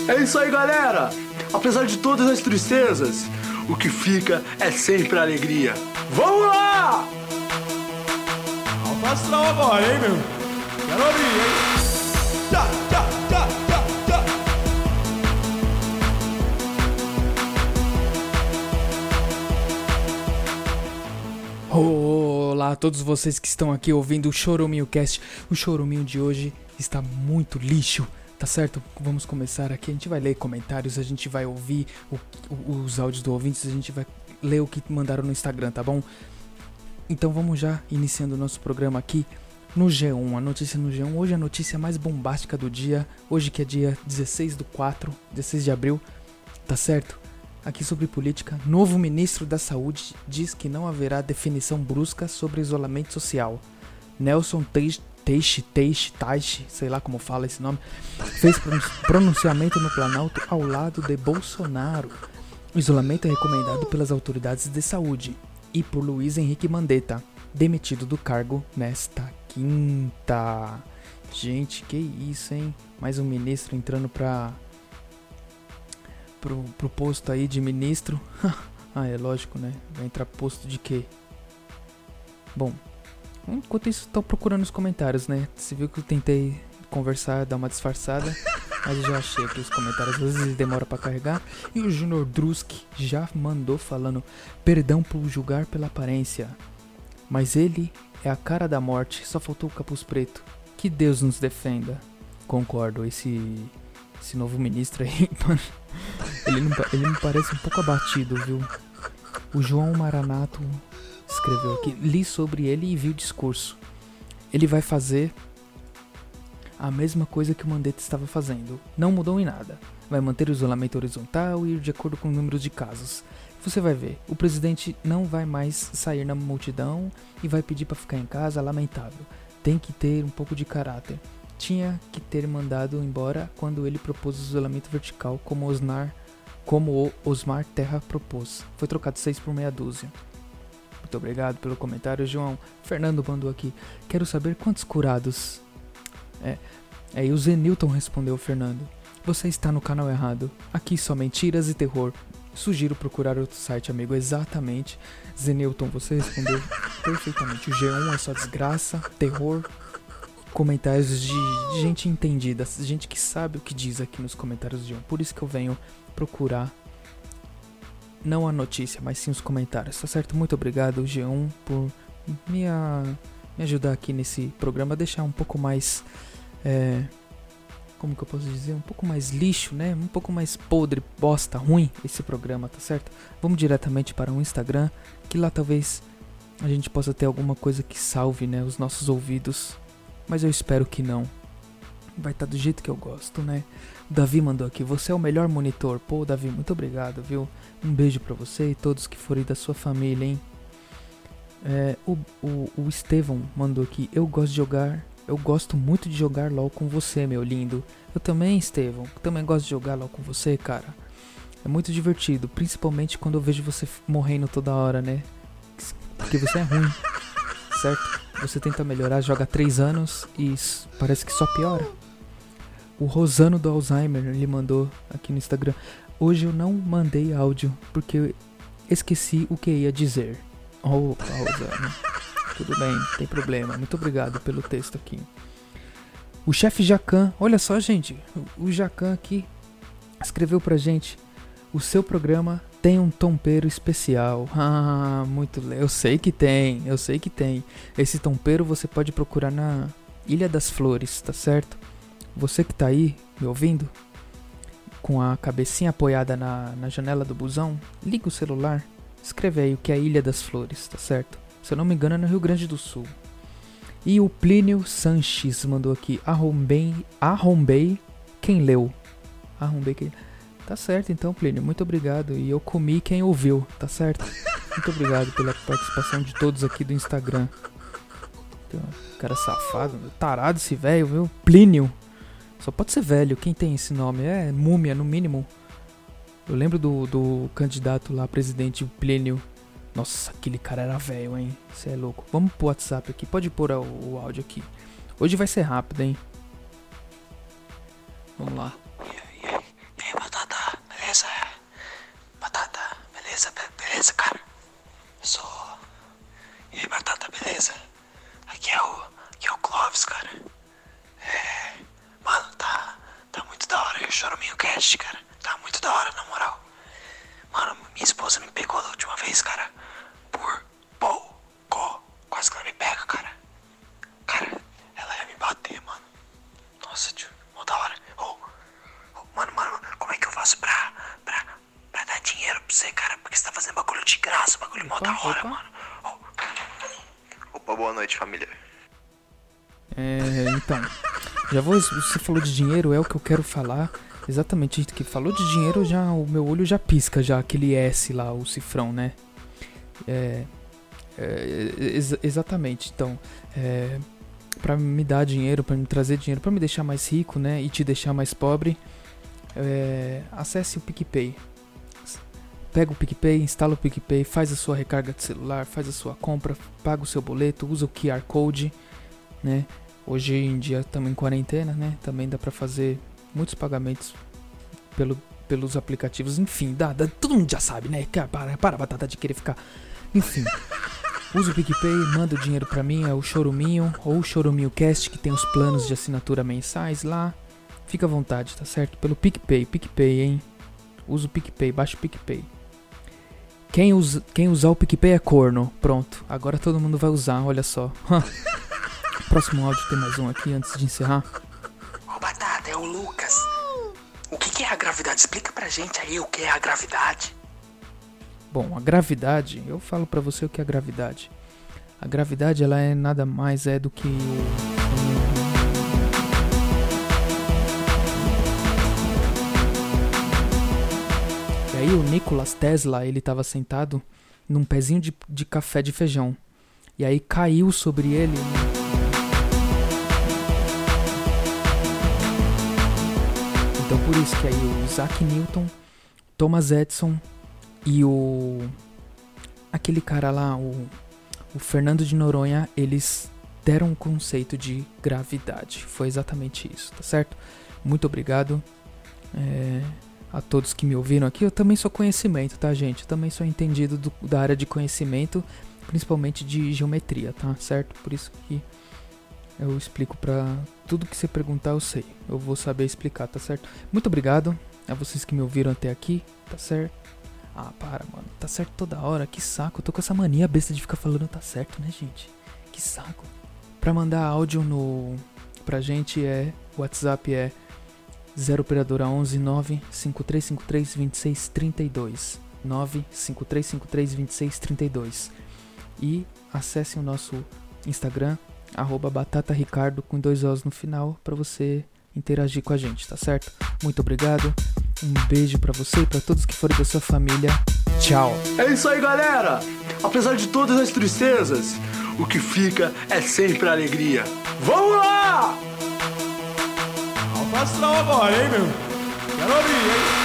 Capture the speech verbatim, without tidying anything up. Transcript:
É isso aí, galera! Apesar de todas as tristezas, o que fica é sempre a alegria. Vamos lá! Alto astral agora, hein, meu? Quero ouvir, hein? Tchá, tchá, tchá, tchá, tchá. Olá a todos vocês que estão aqui ouvindo o Choruminho Cast. O Choruminho de hoje está muito lixo, tá certo? Vamos começar aqui, a gente vai ler comentários, a gente vai ouvir o, o, os áudios do ouvintes, a gente vai ler o que mandaram no Instagram, tá bom? Então vamos já iniciando o nosso programa aqui no G um, a notícia no G um. Hoje é a notícia mais bombástica do dia, hoje que é dia dezesseis do quatro, dezesseis de abril, tá certo? Aqui sobre política, novo ministro da Saúde diz que não haverá definição brusca sobre isolamento social. Nelson Teixe, Teixe, Teixe, Teixe, sei lá como fala esse nome, fez pronunciamento no Planalto ao lado de Bolsonaro. O isolamento é recomendado pelas autoridades de saúde e por Luiz Henrique Mandetta, demitido do cargo nesta quinta. Gente, que isso, hein? Mais um ministro entrando pra... Pro, pro posto aí de ministro. Ah, é lógico, né? Vai entrar posto de quê? Bom, enquanto isso, tô procurando os comentários, né? Você viu que eu tentei conversar, dar uma disfarçada, mas eu já achei aqui os comentários. Às vezes demora pra carregar. E o Junior Druski já mandou falando: perdão por julgar pela aparência, mas ele é a cara da morte, só faltou o capuz preto. Que Deus nos defenda. Concordo, esse... Esse novo ministro aí, mano, ele, não, ele me parece um pouco abatido, viu? O João Maranato escreveu aqui: li sobre ele e vi o discurso. Ele vai fazer a mesma coisa que o Mandetta estava fazendo. Não mudou em nada. Vai manter o isolamento horizontal e ir de acordo com o número de casos. Você vai ver, o presidente não vai mais sair na multidão e vai pedir para ficar em casa, lamentável. Tem que ter um pouco de caráter. Tinha que ter mandado embora quando ele propôs o isolamento vertical, como, Osnar, como o Osmar Terra propôs. Foi trocado seis por meia dúzia. Muito obrigado pelo comentário, João. Fernando mandou aqui: quero saber quantos curados. É, é e o Zenilton respondeu: Fernando, você está no canal errado. Aqui só mentiras e terror. Sugiro procurar outro site, amigo. Exatamente, Zenilton, você respondeu perfeitamente. O G um é só desgraça, terror. Comentários de, de gente entendida, gente que sabe o que diz aqui nos comentários de um. Por isso que eu venho procurar não a notícia, mas sim os comentários, tá certo? Muito obrigado, G um, por me, a, me ajudar aqui nesse programa a deixar um pouco mais, é, como que eu posso dizer, um pouco mais lixo, né? Um pouco mais podre, bosta, ruim esse programa, tá certo? Vamos diretamente para o Instagram, que lá talvez a gente possa ter alguma coisa que salve, né, os nossos ouvidos. Mas eu espero que não. Vai estar tá do jeito que eu gosto, né? O Davi mandou aqui: você é o melhor monitor. Pô, Davi, muito obrigado, viu? Um beijo pra você e todos que forem da sua família, hein? É, o, o, o Estevão mandou aqui: eu gosto de jogar... Eu gosto muito de jogar LOL com você, meu lindo. Eu também, Estevão. Também gosto de jogar LOL com você, cara. É muito divertido. Principalmente quando eu vejo você morrendo toda hora, né? Porque você é ruim, certo? Você tenta melhorar, joga há três anos e parece que só piora. O Rosano do Alzheimer, ele mandou aqui no Instagram: hoje eu não mandei áudio porque eu esqueci o que ia dizer. Oh, Rosano. Tudo bem, não tem problema. Muito obrigado pelo texto aqui. O chefe Jacan, olha só, gente. O Jacan aqui escreveu pra gente: o seu programa tem um tompeiro especial. Ah, muito legal. Eu sei que tem, eu sei que tem. Esse tompeiro você pode procurar na Ilha das Flores, tá certo? Você que tá aí me ouvindo, com a cabecinha apoiada na, na janela do busão, liga o celular, escreve aí o que é a Ilha das Flores, tá certo? Se eu não me engano é no Rio Grande do Sul. E o Plínio Sanches mandou aqui: arrombei, arrombei quem leu. Arrombei quem... Tá certo então, Plínio, muito obrigado. E eu comi quem ouviu, tá certo? Muito obrigado pela participação de todos aqui do Instagram. Cara safado, tarado esse velho, viu? Plínio. Só pode ser velho, quem tem esse nome? É múmia, no mínimo. Eu lembro do, do candidato lá, presidente, o Plínio. Nossa, aquele cara era velho, hein? Você é louco. Vamos pro WhatsApp aqui, pode pôr o, o áudio aqui. Hoje vai ser rápido, hein? Vamos lá. cast, cara. Tá muito da hora, na moral. Mano, minha esposa me pegou da última vez, cara. Por pouco. Quase que ela me pega, cara. Cara, ela ia me bater, mano. Nossa, tio, mó da hora. Oh, oh, mano, mano, como é que eu faço pra, pra, pra dar dinheiro pra você, cara? Porque você tá fazendo bagulho de graça, bagulho mó da hora, mano. Oh. Opa, boa noite, família. É, então, já vou, você falou de dinheiro, é o que eu quero falar. Exatamente, que falou de dinheiro, já o meu olho já pisca, já aquele S lá, o cifrão, né? É, é ex- exatamente, então, é, pra me dar dinheiro, pra me trazer dinheiro, pra me deixar mais rico, né? E te deixar mais pobre, é, acesse o PicPay. Pega o PicPay, instala o PicPay, faz a sua recarga de celular, faz a sua compra, paga o seu boleto, usa o Q R Code, né? Hoje em dia estamos em quarentena, né? Também dá pra fazer muitos pagamentos pelo, pelos aplicativos. Enfim, dá, dá, todo mundo já sabe, né? Para, para a batata de querer ficar. Enfim, usa o PicPay, manda o dinheiro pra mim, é o Choruminho ou o Choruminho Cast, que tem os planos de assinatura mensais lá. Fica à vontade, tá certo? Pelo PicPay, PicPay, hein? Usa o PicPay, baixa o PicPay. Quem, usa, quem usar o PicPay é corno. Pronto, agora todo mundo vai usar, olha só. Próximo áudio tem mais um aqui antes de encerrar. Ô Batata, é o Lucas. O que, que é a gravidade? Explica pra gente aí o que é a gravidade. Bom, a gravidade, eu falo pra você o que é a gravidade. A gravidade, ela é nada mais é do que o... E aí o Nikola Tesla, ele tava sentado num pezinho de, de café de feijão. E aí caiu sobre ele... Então por isso que aí o Isaac Newton, Thomas Edison e o... aquele cara lá, o, o Fernando de Noronha, eles deram um conceito de gravidade. Foi exatamente isso, tá certo? Muito obrigado é, a todos que me ouviram aqui. Eu também sou conhecimento, tá, gente? Eu também sou entendido do, da área de conhecimento, principalmente de geometria, tá certo? Por isso que eu explico pra tudo que você perguntar, eu sei. Eu vou saber explicar, tá certo? Muito obrigado a vocês que me ouviram até aqui, tá certo? Ah, para, mano. Tá certo toda hora. Que saco. Eu tô com essa mania besta de ficar falando tá certo, né, gente? Que saco. Pra mandar áudio no... pra gente é... O WhatsApp é zero operadora onze nove cinco três cinco três dois seis três dois. nove cinco três cinco três dois seis três dois. E acessem o nosso Instagram, arroba Batata Ricardo com dois Os no final, pra você interagir com a gente, tá certo? Muito obrigado, um beijo pra você e pra todos que forem da sua família. Tchau! É isso aí, galera! Apesar de todas as tristezas, o que fica é sempre a alegria. Vamos lá! Alfa astral agora, hein, meu? Quero abrir, hein?